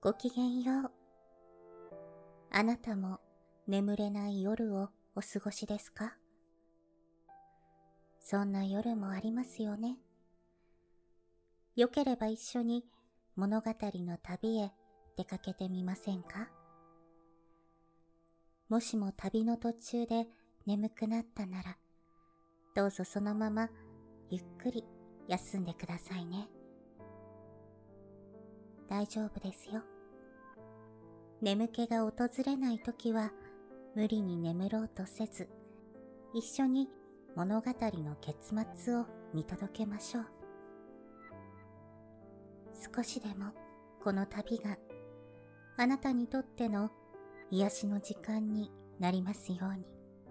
ごきげんよう。あなたも眠れない夜をお過ごしですか？そんな夜もありますよね。よければ一緒に物語の旅へ出かけてみませんか？もしも旅の途中で眠くなったなら、どうぞそのままゆっくり休んでくださいね。大丈夫ですよ。眠気が訪れないときは無理に眠ろうとせず、一緒に物語の結末を見届けましょう。少しでもこの旅があなたにとっての癒しの時間になりますように。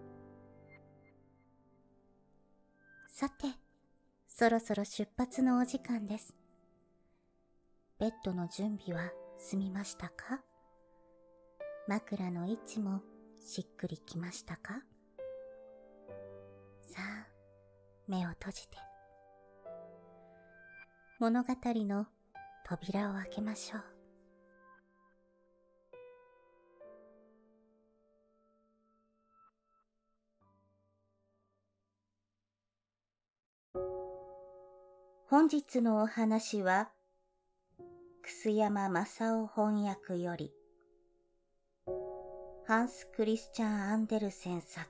さて、そろそろ出発のお時間です。ベッドの準備は済みましたか？枕の位置もしっくりきましたか？さあ、目を閉じて物語の扉を開けましょう。本日のお話は、楠山正夫翻訳より、ハンス・クリスチャン・アンデルセン作、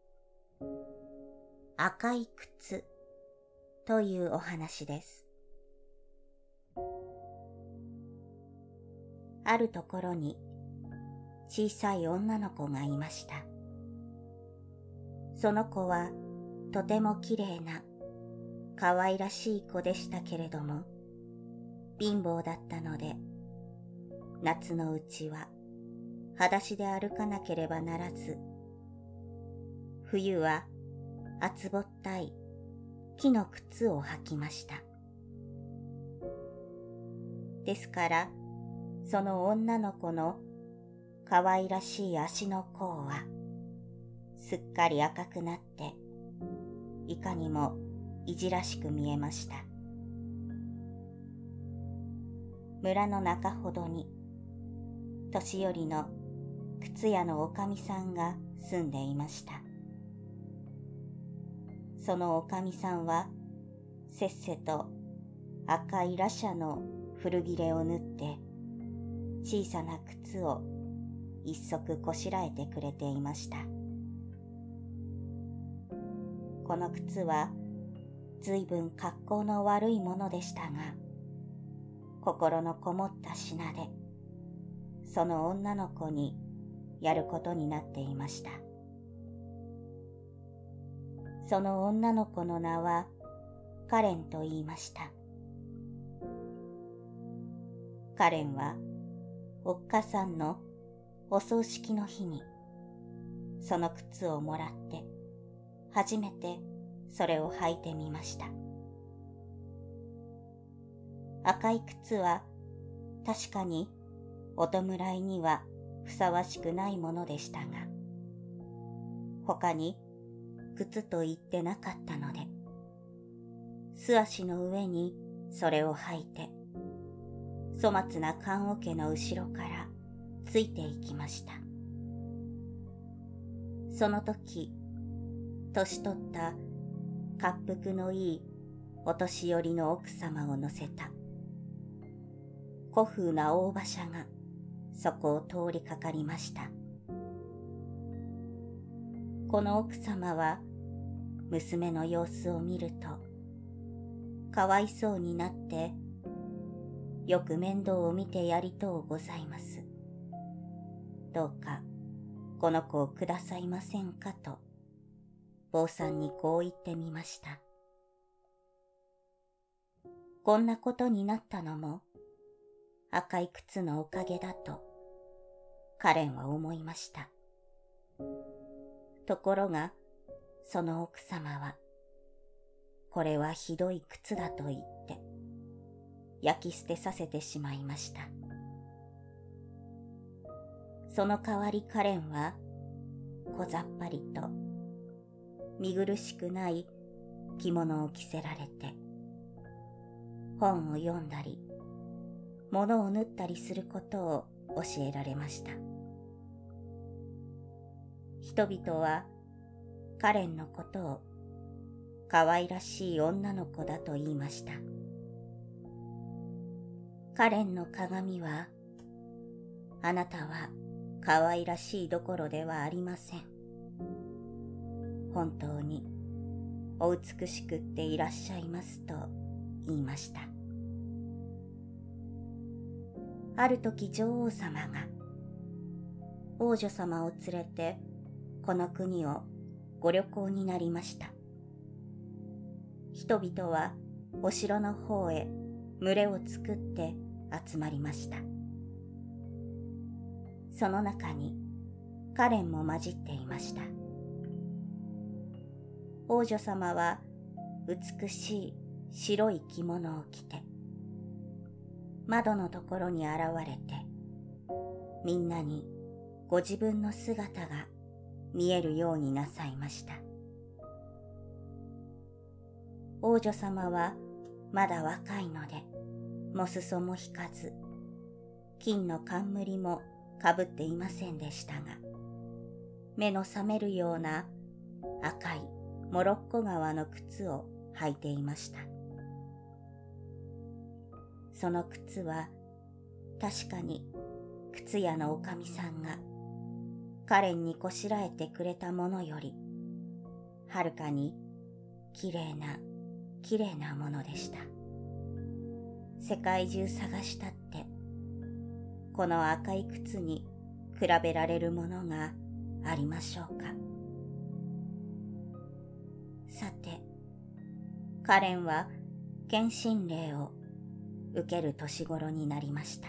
赤い靴というお話です。あるところに小さい女の子がいました。その子はとてもきれいな可愛らしい子でしたけれども、貧乏だったので、夏のうちは裸足で歩かなければならず、冬は厚ぼったい木の靴を履きました。ですから、その女の子の可愛らしい足の甲はすっかり赤くなって、いかにもいじらしく見えました。村の中ほどに年寄りの靴屋のおかみさんが住んでいました。そのおかみさんはせっせと赤い羅紗の古切れを縫って小さな靴を一足こしらえてくれていました。この靴はずいぶん格好の悪いものでしたが、心のこもった品で、その女の子にやることになっていました。その女の子の名はカレンと言いました。カレンはおっかさんのお葬式の日にその靴をもらって初めてそれを履いてみました。赤い靴は確かにお弔いにはふさわしくないものでしたが、他に靴と言ってなかったので、素足の上にそれを履いて、粗末な棺桶の後ろからついていきました。その時、年取った恰幅のいいお年寄りの奥様を乗せた古風な大馬車がそこを通りかかりました。この奥様は娘の様子を見るとかわいそうになって、よく面倒を見てやりとうございます。どうかこの子をくださいませんかと坊さんにこう言ってみました。こんなことになったのも赤い靴のおかげだとカレンは思いました。ところがその奥様は、これはひどい靴だと言って焼き捨てさせてしまいました。その代わりカレンは小ざっぱりと見苦しくない着物を着せられて、本を読んだり物を縫ったりすることを教えられました。人々はカレンのことを可愛らしい女の子だと言いました。カレンの鏡は、あなたは可愛らしいどころではありません。本当にお美しくっていらっしゃいますと言いました。ある時女王様が王女様を連れてこの国をご旅行になりました。人々はお城の方へ群れを作って集まりました。その中にカレンも混じっていました。王女様は美しい白い着物を着て、窓のところに現れて、みんなにご自分の姿が見えるようになさいました。王女様はまだ若いので、も裾も引かず、金の冠もかぶっていませんでしたが、目の覚めるような赤いモロッコ革の靴を履いていました。その靴は確かに靴屋のおかみさんがカレンにこしらえてくれたものよりはるかにきれいなものでした。世界中探したってこの赤い靴に比べられるものがありましょうか。さて、カレンは献身令を受ける年頃になりました。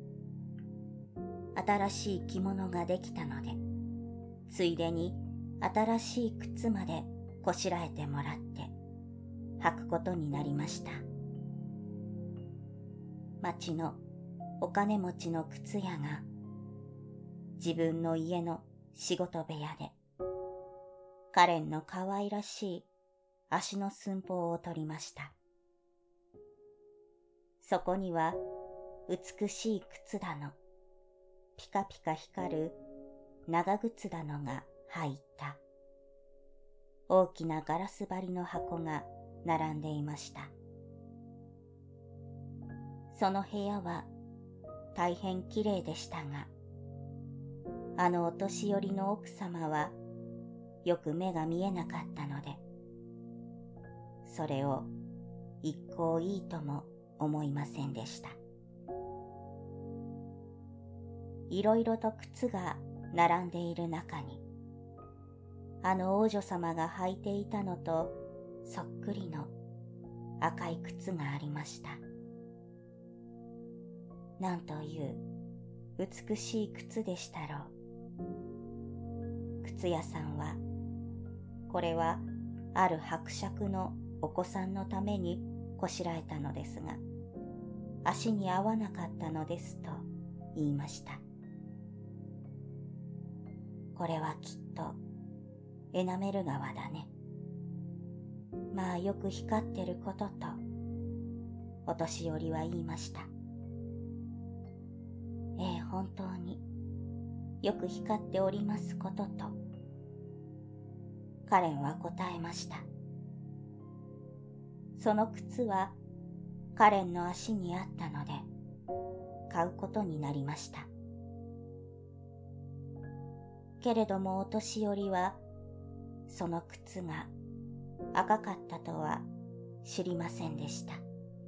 新しい着物ができたので、ついでに新しい靴までこしらえてもらって履くことになりました。町のお金持ちの靴屋が自分の家の仕事部屋でカレンの可愛らしい足の寸法を取りました。そこには美しい靴だの、ピカピカ光る長靴だのが入った大きなガラス張りの箱が並んでいました。その部屋は大変きれいでしたが、あのお年寄りの奥様はよく目が見えなかったので、それを一向いいとも思いませんでした。いろいろと靴が並んでいる中に、あの王女様が履いていたのとそっくりの赤い靴がありました。なんという美しい靴でしたろう。靴屋さんは、これはある伯爵のお子さんのためにこしらえたのですが、足に合わなかったのですと言いました。これはきっとエナメル革だね。まあよく光ってることと、お年寄りは言いました。本当によく光っておりますことと、カレンは答えました。その靴はカレンの足にあったので買うことになりました。けれどもお年寄りはその靴が赤かったとは知りませんでした。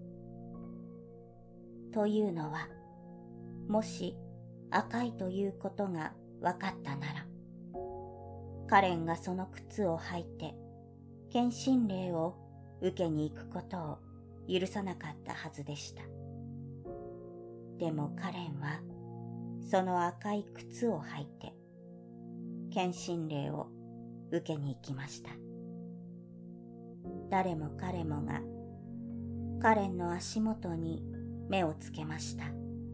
というのは、もし赤いということが分かったなら、カレンがその靴を履いて献身令を受けに行くことを許さなかったはずでした。でもカレンはその赤い靴を履いて献身令を受けに行きました。誰も彼もがカレンの足元に目をつけました。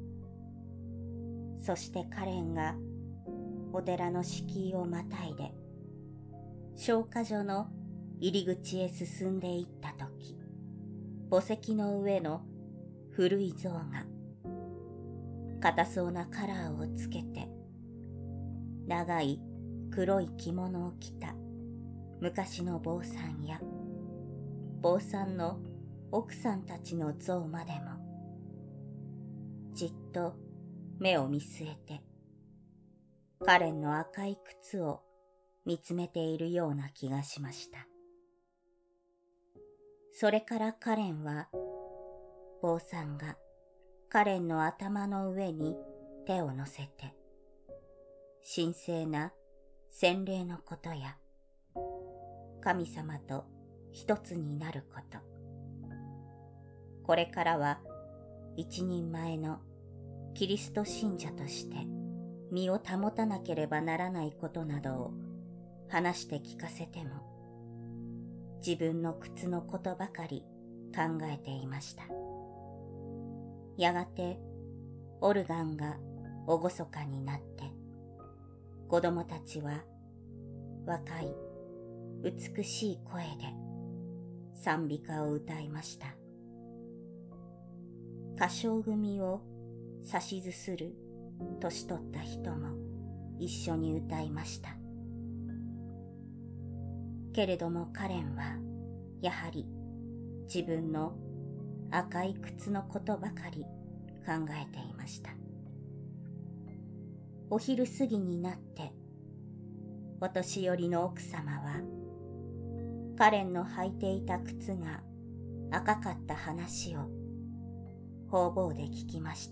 そしてカレンがお寺の敷居をまたいで消火所の入り口へ進んでいったとき、墓石の上の古い像が硬そうなカラーをつけて、長い黒い着物を着た昔の坊さんや、坊さんの奥さんたちの像までも、じっと目を見据えて、カレンの赤い靴を見つめているような気がしました。それからカレンは、坊さんがカレンの頭の上に手を乗せて、神聖な洗礼のことや、神様と一つになること、これからは一人前のキリスト信者として身を保たなければならないことなどを話して聞かせても、自分の靴のことばかり考えていました。やがてオルガンが厳かになって、子供たちは若い美しい声で賛美歌を歌いました。歌唱組を指しする年取った人も一緒に歌いました。けれどもカレンはやはり自分の赤い靴のことばかり考えていました。お昼過ぎになって、お年寄りの奥様はカレンの履いていた靴が赤かった話を方々で聞きました。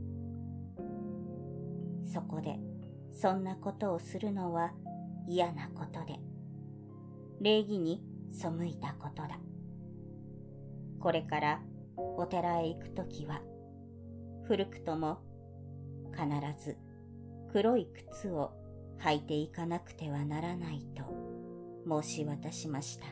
そこでそんなことをするのは嫌なことで、礼儀に背いたことだ。これからお寺へ行くときは、古くとも必ず黒い靴を履いていかなくてはならないと申し渡しました。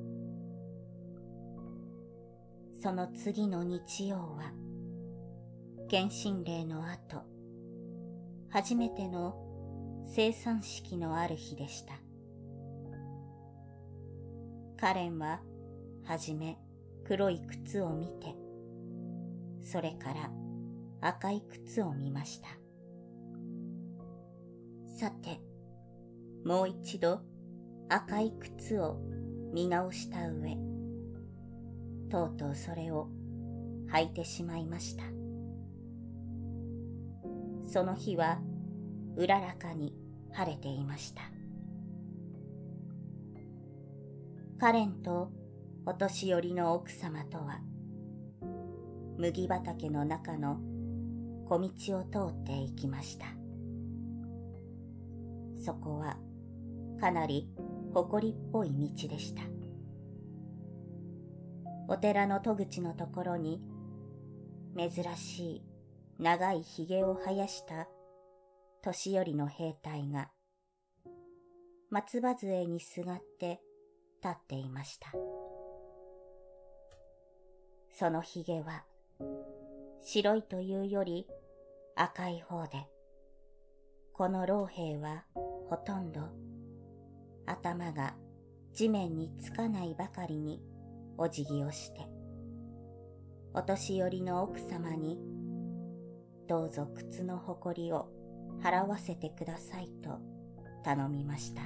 その次の日曜は、献身礼の後、初めての生産式のある日でした。カレンははじめ黒い靴を見て、それから赤い靴を見ました。さて、もう一度赤い靴を見直した上、とうとうそれを履いてしまいました。その日はうららかに晴れていました。カレンとお年寄りの奥様とは、麦畑の中の小道を通って行きました。そこはかなり埃っぽい道でした。お寺の戸口のところに、珍しい長いひげを生やした年寄りの兵隊が松葉杖にすがって立っていました。そのひげは白いというより赤い方で、この老兵はほとんど頭が地面につかないばかりにお辞儀をして、お年寄りの奥様にどうぞ靴のほこりを払わせてくださいと頼みました。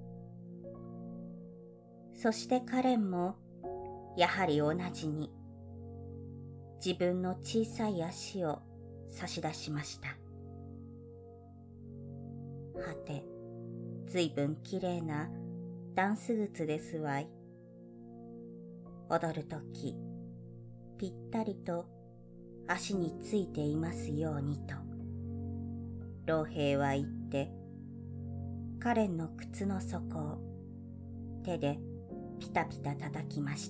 そしてカレンもやはり同じに自分の小さい足を差し出しました。はて、ずいぶんきれいなダンス靴ですわい。踊るとき、ぴったりと足についていますようにと、老兵は言って、カレンの靴の底を手でピタピタ叩きました。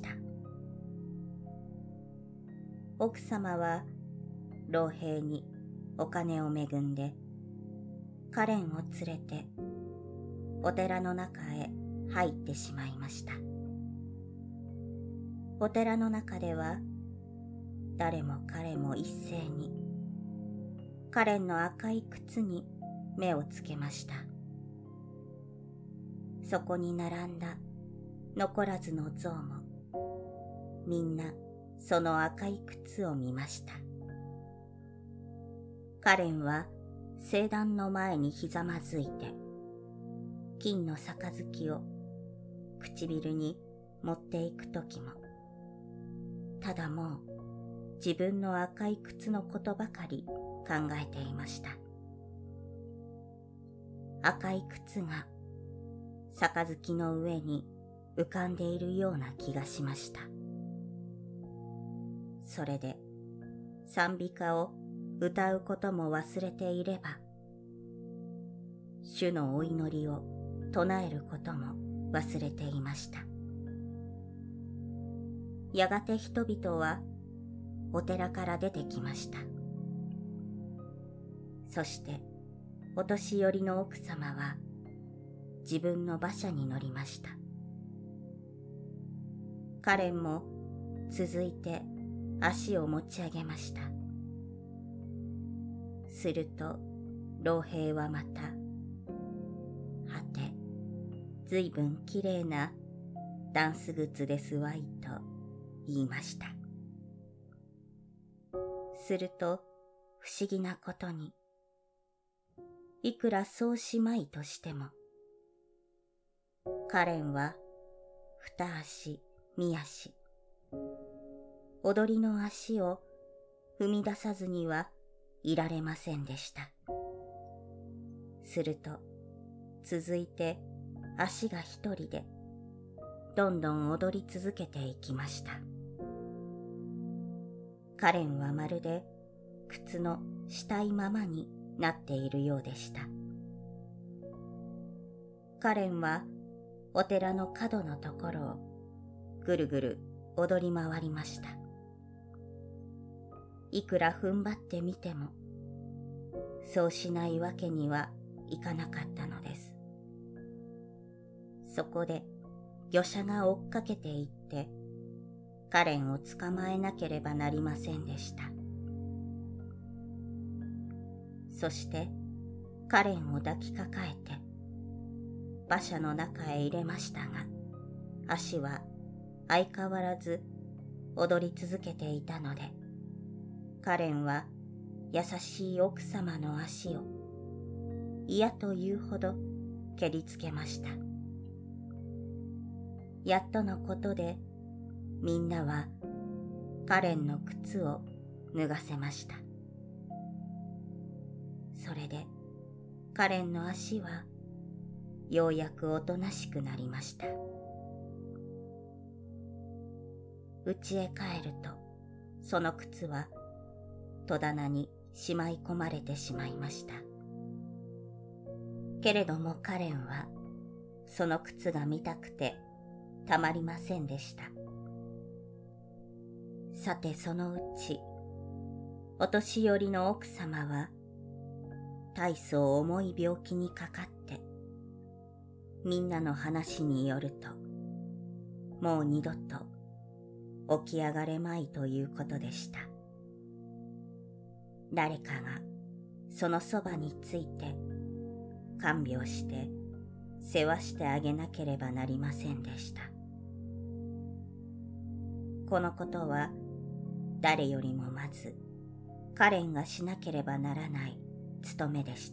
奥様は老兵にお金を恵んで、カレンを連れてお寺の中へ入ってしまいました。お寺の中では誰も彼も一斉にカレンの赤い靴に目をつけました。そこに並んだ残らずの像もみんなその赤い靴を見ました。 カレンは聖壇の前にひざまずいて、金の杯を唇に持っていくときも、ただもう自分の赤い靴のことばかり考えていました。赤い靴が杯の上に浮かんでいるような気がしました。それで賛美歌を歌うことも忘れていれば、主のお祈りを唱えることも忘れていました。やがて人々はお寺から出てきました。そしてお年寄りの奥様は自分の馬車に乗りました。カレンも続いて足を持ち上げました。すると老兵はまた、はて、ずいぶんきれいなダンス靴ですわいと言いました。すると不思議なことに、いくらそうしまいとしても、カレンは二足三足、踊りの足を踏み出さずにはいられませんでした。すると続いて足が一人でどんどん踊り続けていきました。カレンはまるで靴のしたいままになっているようでした。カレンはお寺の角のところをぐるぐる踊り回りました。いくら踏ん張ってみても、そうしないわけにはいかなかったのです。そこで魚車が追っかけていって、カレンを捕まえなければなりませんでした。そしてカレンを抱きかかえて馬車の中へ入れましたが、足は相変わらず踊り続けていたので、カレンは優しい奥様の足を嫌というほど蹴りつけました。やっとのことでみんなはカレンの靴を脱がせました。それでカレンの足はようやくおとなしくなりました。家へ帰るとその靴は戸棚にしまい込まれてしまいました。けれどもカレンはその靴が見たくてたまりませんでした。さてそのうちお年寄りの奥様は大層重い病気にかかって、みんなの話によるともう二度と起き上がれまいということでした。誰かがそのそばについて看病して世話してあげなければなりませんでした。このことは誰よりもまずカレンがしなければならない務めでした。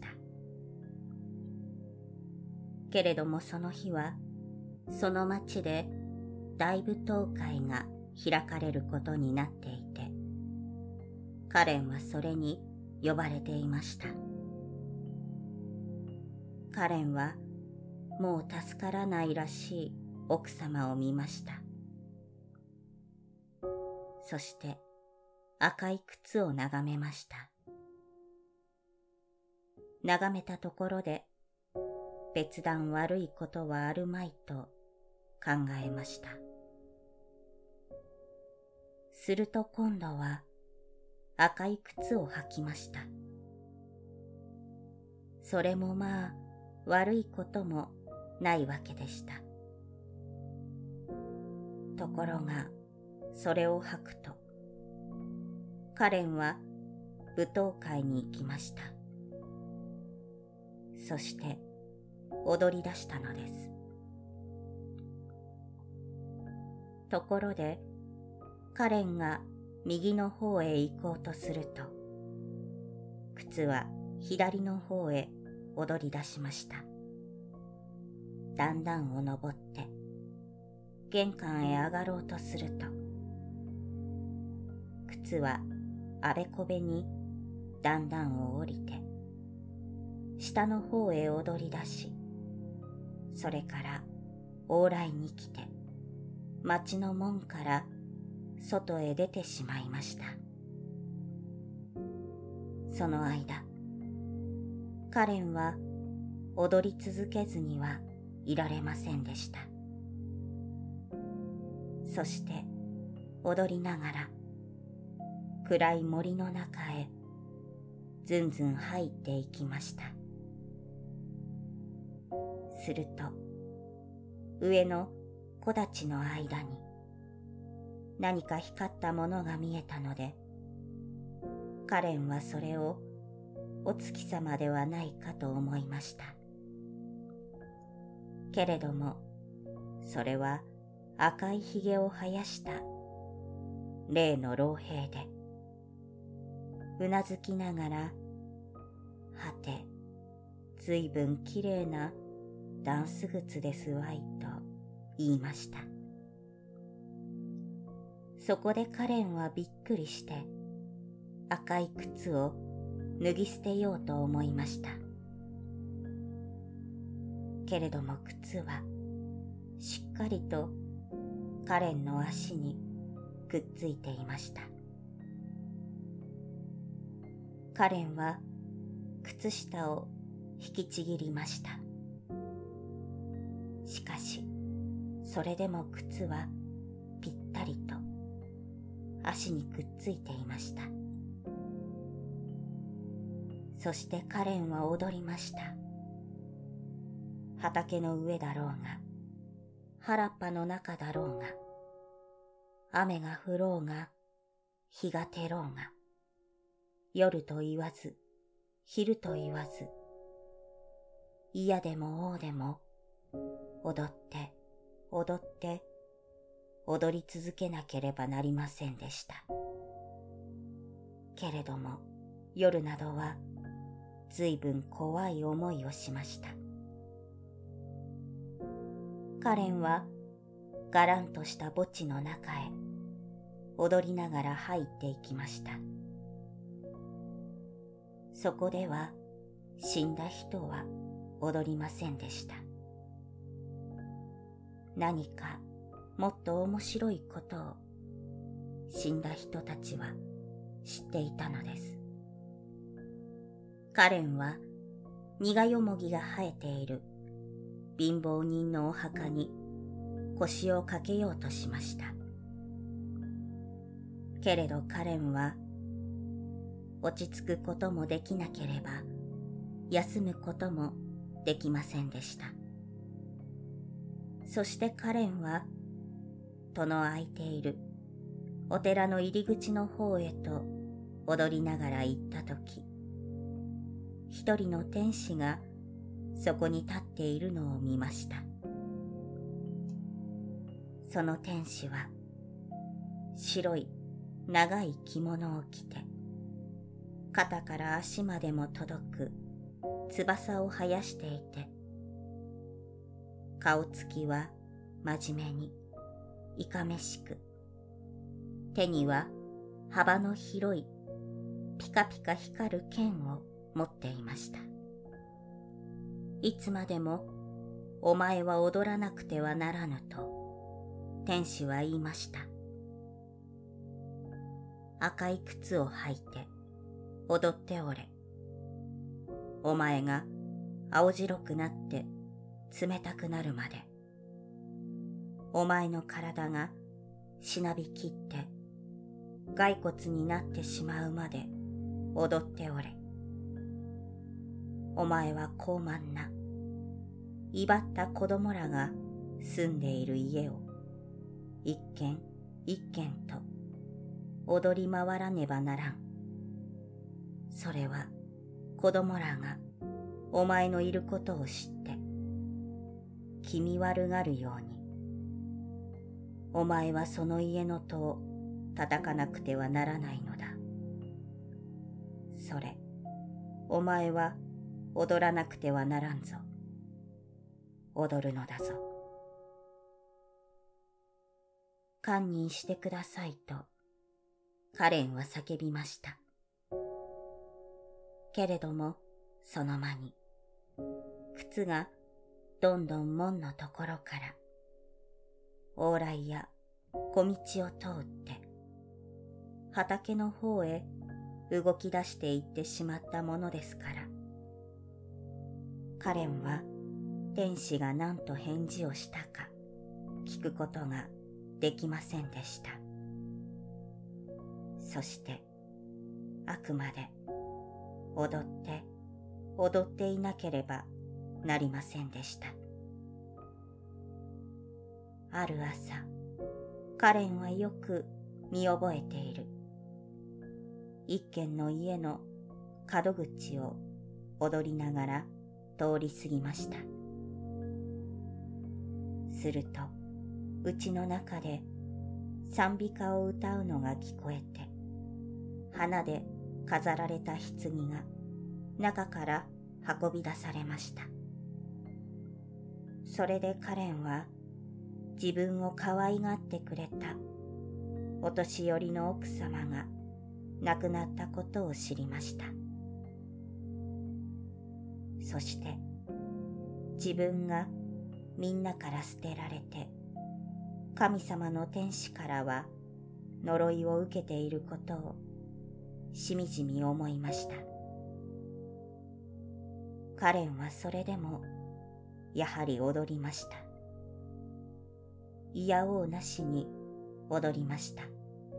けれどもその日はその町で大舞踏会が開かれることになっていて、カレンはそれに呼ばれていました。カレンはもう助からないらしい奥様を見ました。そして赤い靴を眺めました。眺めたところで別段悪いことはあるまいと考えました。すると今度は赤い靴を履きました。それもまあ悪いこともないわけでした。ところがそれを履くとカレンは舞踏会に行きました。そして踊り出したのです。ところでカレンが右の方へ行こうとすると、 靴は左の方へ踊り出しました。段々を登って玄関へ上がろうとすると、靴はあべこべに段々を降りて下の方へ踊り出し、それから往来に来て町の門から外へ出てしまいました。その間、カレンは踊り続けずにはいられませんでした。そして踊りながら暗い森の中へずんずん入っていきました。すると上の木立の間に何か光ったものが見えたので、カレンはそれをお月様ではないかと思いました。けれどもそれは赤いひげを生やした例の老兵で、うなずきながら、はて、ずいぶんきれいなダンス靴ですわいと言いました。そこでカレンはびっくりして赤い靴を脱ぎ捨てようと思いました。けれども靴はしっかりとカレンの足にくっついていました。カレンは靴下を引きちぎりました。しかしそれでも靴はぴったりと足にくっついていました。そしてカレンは踊りました。畑の上だろうが、原っぱの中だろうが、雨が降ろうが、日が照ろうが、夜と言わず、昼と言わず、嫌でも王でも、踊って、踊って、踊り続けなければなりませんでした。けれども、夜などは、ずいぶん怖い思いをしました。カレンは、がらんとした墓地の中へ、踊りながら入っていきました。そこでは、死んだ人は踊りませんでした。何かもっと面白いことを死んだ人たちは知っていたのです。カレンは苦よもぎが生えている貧乏人のお墓に腰をかけようとしました。けれどカレンは落ち着くこともできなければ休むこともできませんでした。そしてカレンは戸の開いているお寺の入り口の方へと踊りながら行ったとき、一人の天使がそこに立っているのを見ました。その天使は白い長い着物を着て、肩から足までも届く翼を生やしていて、顔つきは真面目にいかめしく、手には幅の広いピカピカ光る剣を持っていました。いつまでもお前は踊らなくてはならぬと天使は言いました。赤い靴を履いて踊っておれ。お前が青白くなって冷たくなるまで、お前の体がしなびきって骸骨になってしまうまで踊っておれ。お前は高慢な威張った子供らが住んでいる家を一軒一軒と踊り回らねばならん。それは子供らがお前のいることを知って気味悪がるように、お前はその家の戸を叩かなくてはならないのだ。それお前は踊らなくてはならんぞ。踊るのだぞ。堪忍してくださいと、カレンは叫びました。けれども、その間に、靴がどんどん門のところから、往来や小道を通って、畑の方へ動き出していってしまったものですから、カレンは天使が何と返事をしたか聞くことができませんでした。そしてあくまで踊っていなければなりませんでした。ある朝、カレンはよく見覚えている。一軒の家の角口を踊りながら通り過ぎました。すると、家の中で賛美歌を歌うのが聞こえて、花で飾られた棺が中から運び出されました。それでカレンは自分を可愛がってくれたお年寄りの奥様が亡くなったことを知りました。そして自分がみんなから捨てられて、神様の天使からは呪いを受けていることをしみじみ思いました。カレンはそれでもやはり踊りました。いやおうなしに踊りました。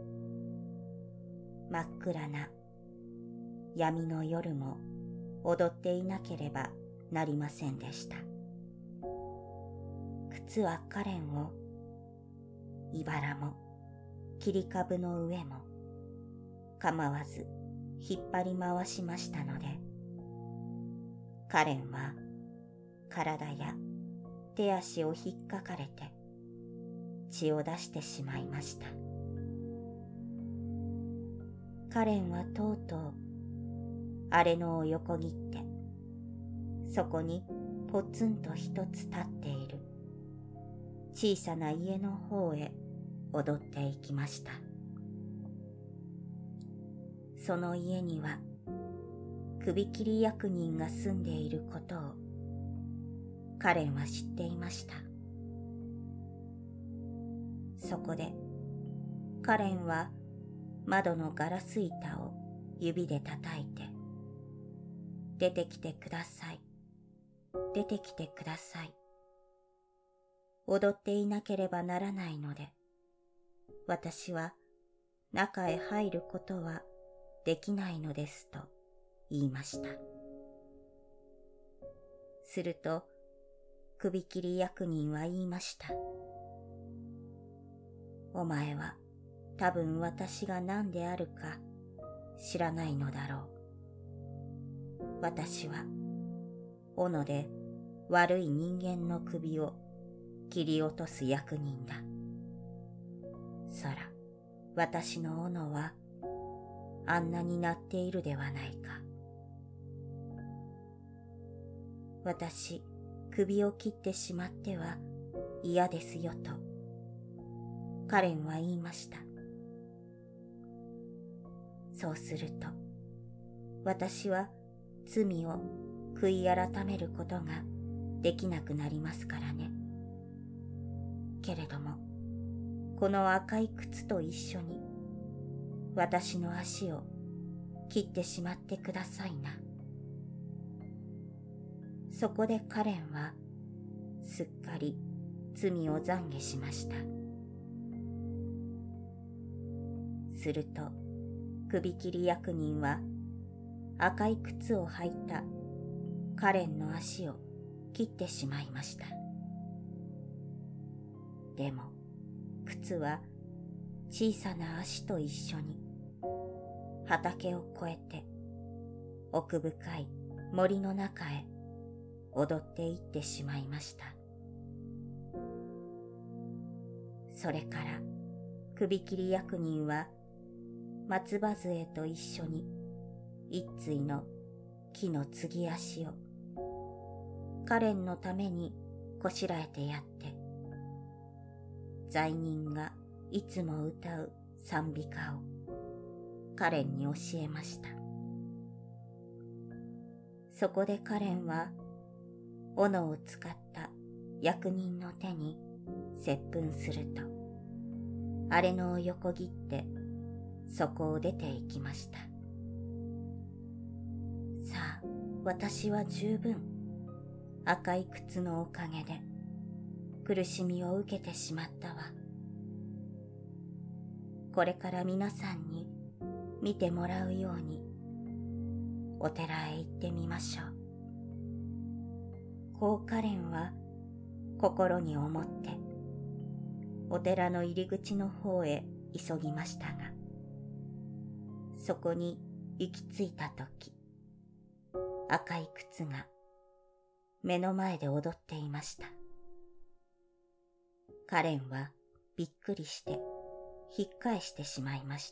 真っ暗な闇の夜も踊っていなければなりませんでした。靴はカレンを茨も切り株の上も構わず引っ張り回しましたので、カレンは体や手足を引っかかれて血を出してしまいました。カレンはとうとう荒れ野を横切って、そこにぽつんと一つ立っている小さな家の方へ踊っていきました。その家には首切り役人が住んでいることをカレンは知っていました。そこでカレンは窓のガラス板を指で叩いて、出てきてください、出てきてください。踊っていなければならないので、私は中へ入ることはできないのですと言いました。すると首切り役人は言いました。お前は多分私が何であるか知らないのだろう。私は斧で悪い人間の首を切り落とす役人だ。そら、私の斧はあんなになっているではないか。私、首を切ってしまっては嫌ですよと、カレンは言いました。そうすると、私は罪を悔い改めることができなくなりますからね。けれども、この赤い靴と一緒に私の足を切ってしまってくださいな。そこでカレンはすっかり罪を懺悔しました。すると首切り役人は赤い靴を履いたカレンの足を切ってしまいました。でも靴は小さな足と一緒に畑を越えて奥深い森の中へ踊っていってしまいました。それから首切り役人は松葉杖と一緒に一対の木の継ぎ足をカレンのためにこしらえてやって、罪人がいつも歌う賛美歌をカレンに教えました。そこでカレンは斧を使った役人の手に接吻すると、荒れ野を横切ってそこを出て行きました。さあ、私は十分赤い靴のおかげで苦しみを受けてしまったわ。これから皆さんに見てもらうようにお寺へ行ってみましょう。こうカレンは心に思ってお寺の入り口の方へ急ぎましたが、そこに行き着いたとき、赤い靴が目の前で踊っていました。カレンはびっくりして引っ返してしまいました。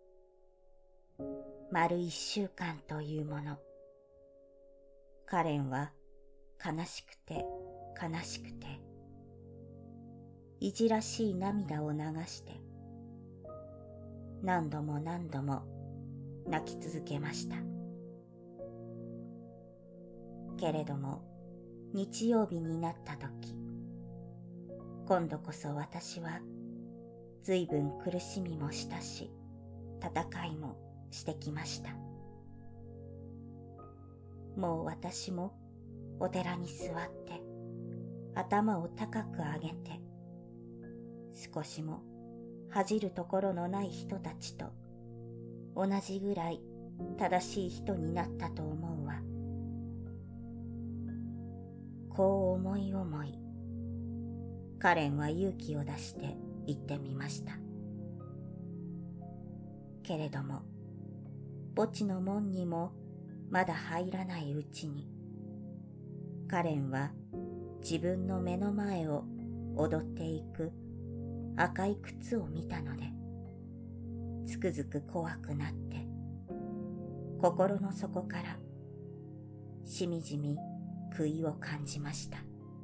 丸1週間というもの、カレンは悲しくて悲しくていじらしい涙を流して何度も何度も泣き続けました。けれども日曜日になったとき、今度こそ私はずいぶん苦しみもしたし、戦いもしてきました。もう私もお寺に座って頭を高く上げて、少しも恥じるところのない人たちと同じぐらい正しい人になったと思うわ。こう思いカレンは勇気を出して言ってみました。けれども墓地の門にもまだ入らないうちに、カレンは自分の目の前を踊っていく赤い靴を見たので、つくづく怖くなって心の底からしみじみ悔いを感じました。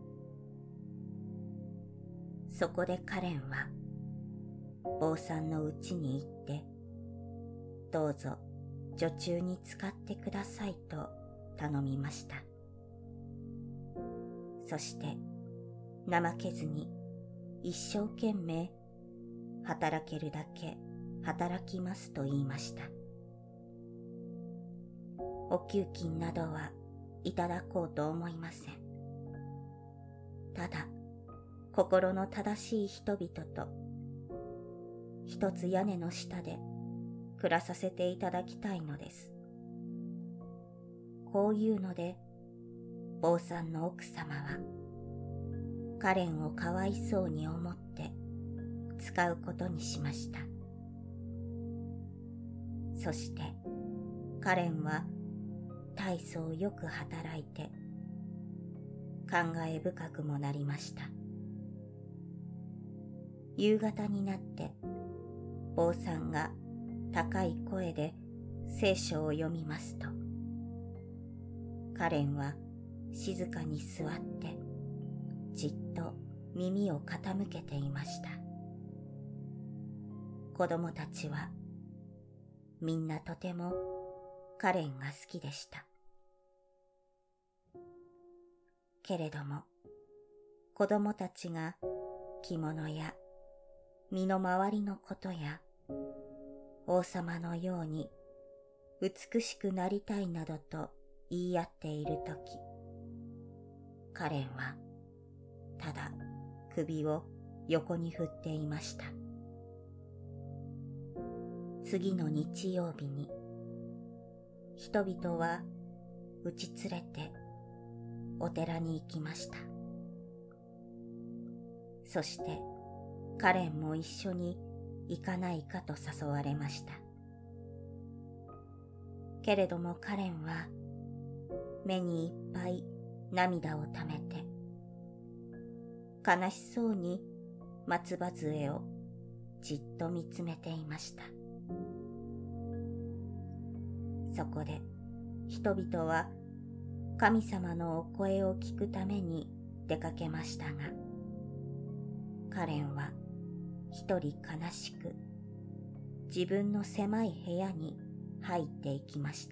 そこでカレンは坊さんの家に行って、どうぞ女中に使ってくださいと頼みました。そして怠けずに一生懸命働けるだけ働きますと言いました。お給金などはいただこうと思いません。ただ心の正しい人々と一つ屋根の下で暮らさせていただきたいのです。こういうので坊さんの奥様はカレンをかわいそうに思って使うことにしました。そしてカレンは大層よく働いて感慨深くもなりました。夕方になって坊さんが高い声で聖書を読みますと、カレンは静かに座ってじっと耳を傾けていました。子供たちはみんなとてもカレンが好きでした。けれども子供たちが着物や身の回りのことや王様のように美しくなりたいなどと言い合っているとき、カレンはただ首を横に振っていました。次の日曜日に人々はうち連れてお寺に行きました。そしてカレンも一緒に行かないかと誘われました。けれどもカレンは目にいっぱい涙をためて、悲しそうに松葉杖をじっと見つめていました。そこで人々は神様のお声を聞くために出かけましたが、カレンは一人悲しく自分の狭い部屋に入っていきました。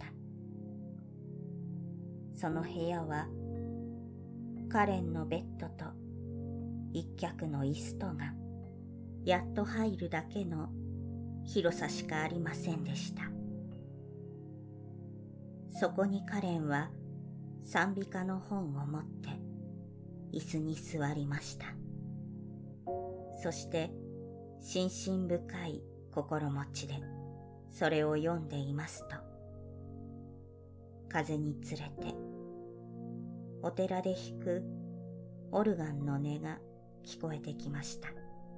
その部屋はカレンのベッドと一脚の椅子とがやっと入るだけの広さしかありませんでした。そこにカレンは賛美歌の本を持って椅子に座りました。そして心身深い心持ちでそれを読んでいますと、風につれてお寺で弾くオルガンの音が聞こえてきました。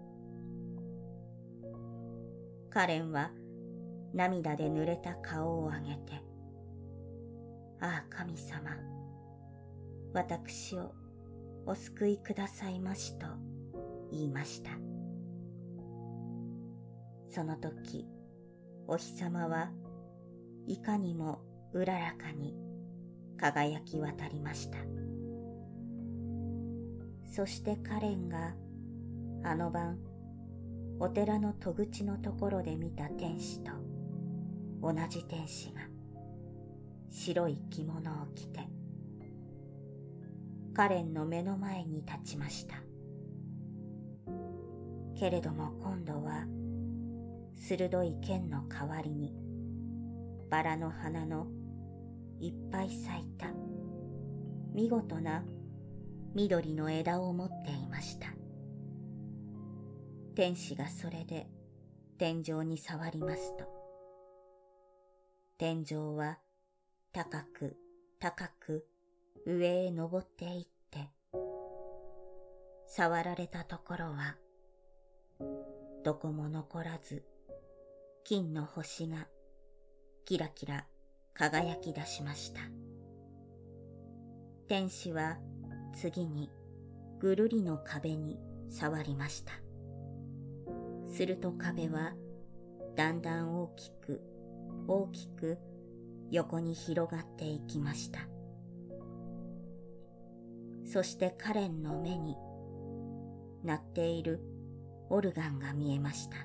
カレンは涙で濡れた顔を上げて、ああ神様、私をお救いくださいましと言いました。その時、お日様はいかにもうららかに輝き渡りました。そしてカレンがあの晩お寺の戸口のところで見た天使と同じ天使が白い着物を着てカレンの目の前に立ちました。けれども今度は鋭い剣の代わりにバラの花のいっぱい咲いた見事な緑の枝を持っていました。天使がそれで天井に触りますと、天井は高く高く上へ登っていって、触られたところはどこも残らず金の星がキラキラ輝き出しました。天使は次にぐるりの壁に触りました。すると壁はだんだん大きく大きく横に広がっていきました。そしてカレンの目に鳴っているオルガンが見えました。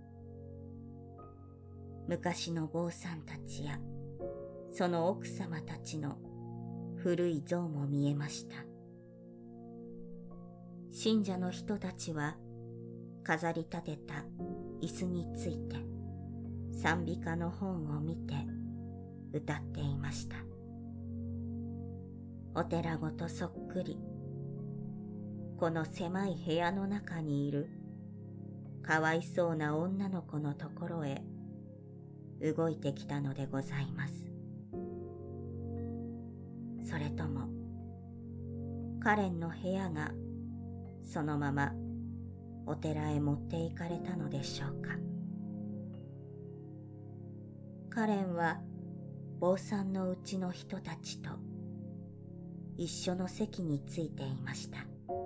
昔の坊さんたちやその奥様たちの古い像も見えました。信者の人たちは飾り立てた椅子について賛美歌の本を見て歌っていました。お寺ごとそっくりこの狭い部屋の中にいるかわいそうな女の子のところへ動いてきたのでございます。それともカレンの部屋がそのままお寺へ持って行かれたのでしょうか。カレンは坊さんのうちの人たちと一緒の席についていました。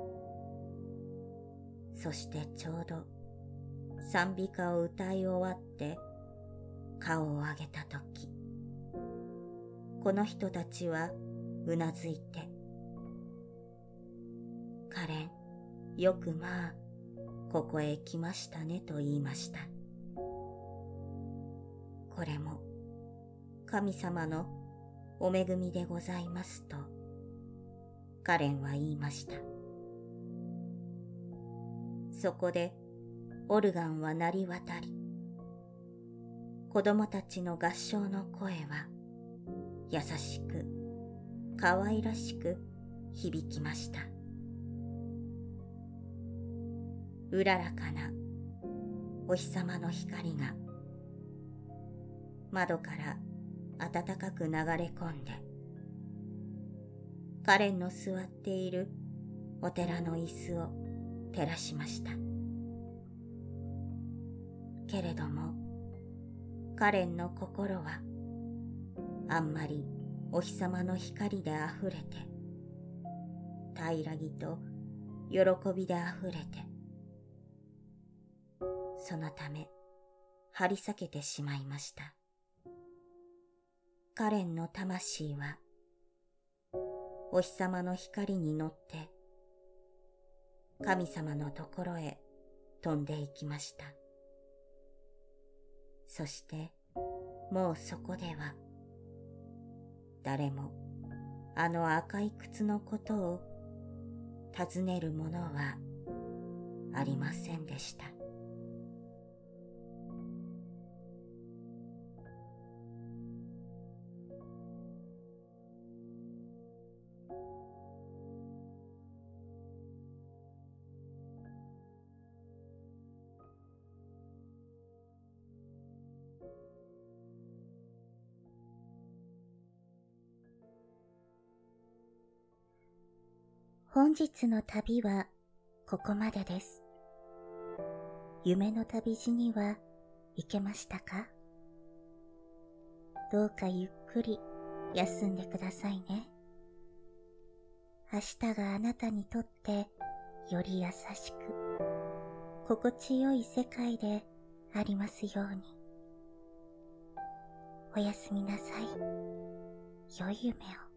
そしてちょうど賛美歌を歌い終わって顔を上げたとき、この人たちはうなずいて、カレン、よくまあここへ来ましたねと言いました。これも神様のお恵みでございますとカレンは言いました。そこでオルガンは鳴り渡り、子供たちの合唱の声は優しく可愛らしく響きました。うららかなお日様の光が窓から暖かく流れ込んで、カレンの座っているお寺の椅子を照らしました。けれどもカレンの心はあんまりお日様の光であふれて、平らぎと喜びであふれて、そのため張り裂けてしまいました。 カレンの魂はお日様の光に乗って神様のところへ飛んで行きました。そしてもうそこでは誰もあの赤い靴のことを尋ねる者はありませんでした。本日の旅はここまでです。夢の旅路には行けましたか？どうかゆっくり休んでくださいね。明日があなたにとってより優しく、心地よい世界でありますように。おやすみなさい。良い夢を。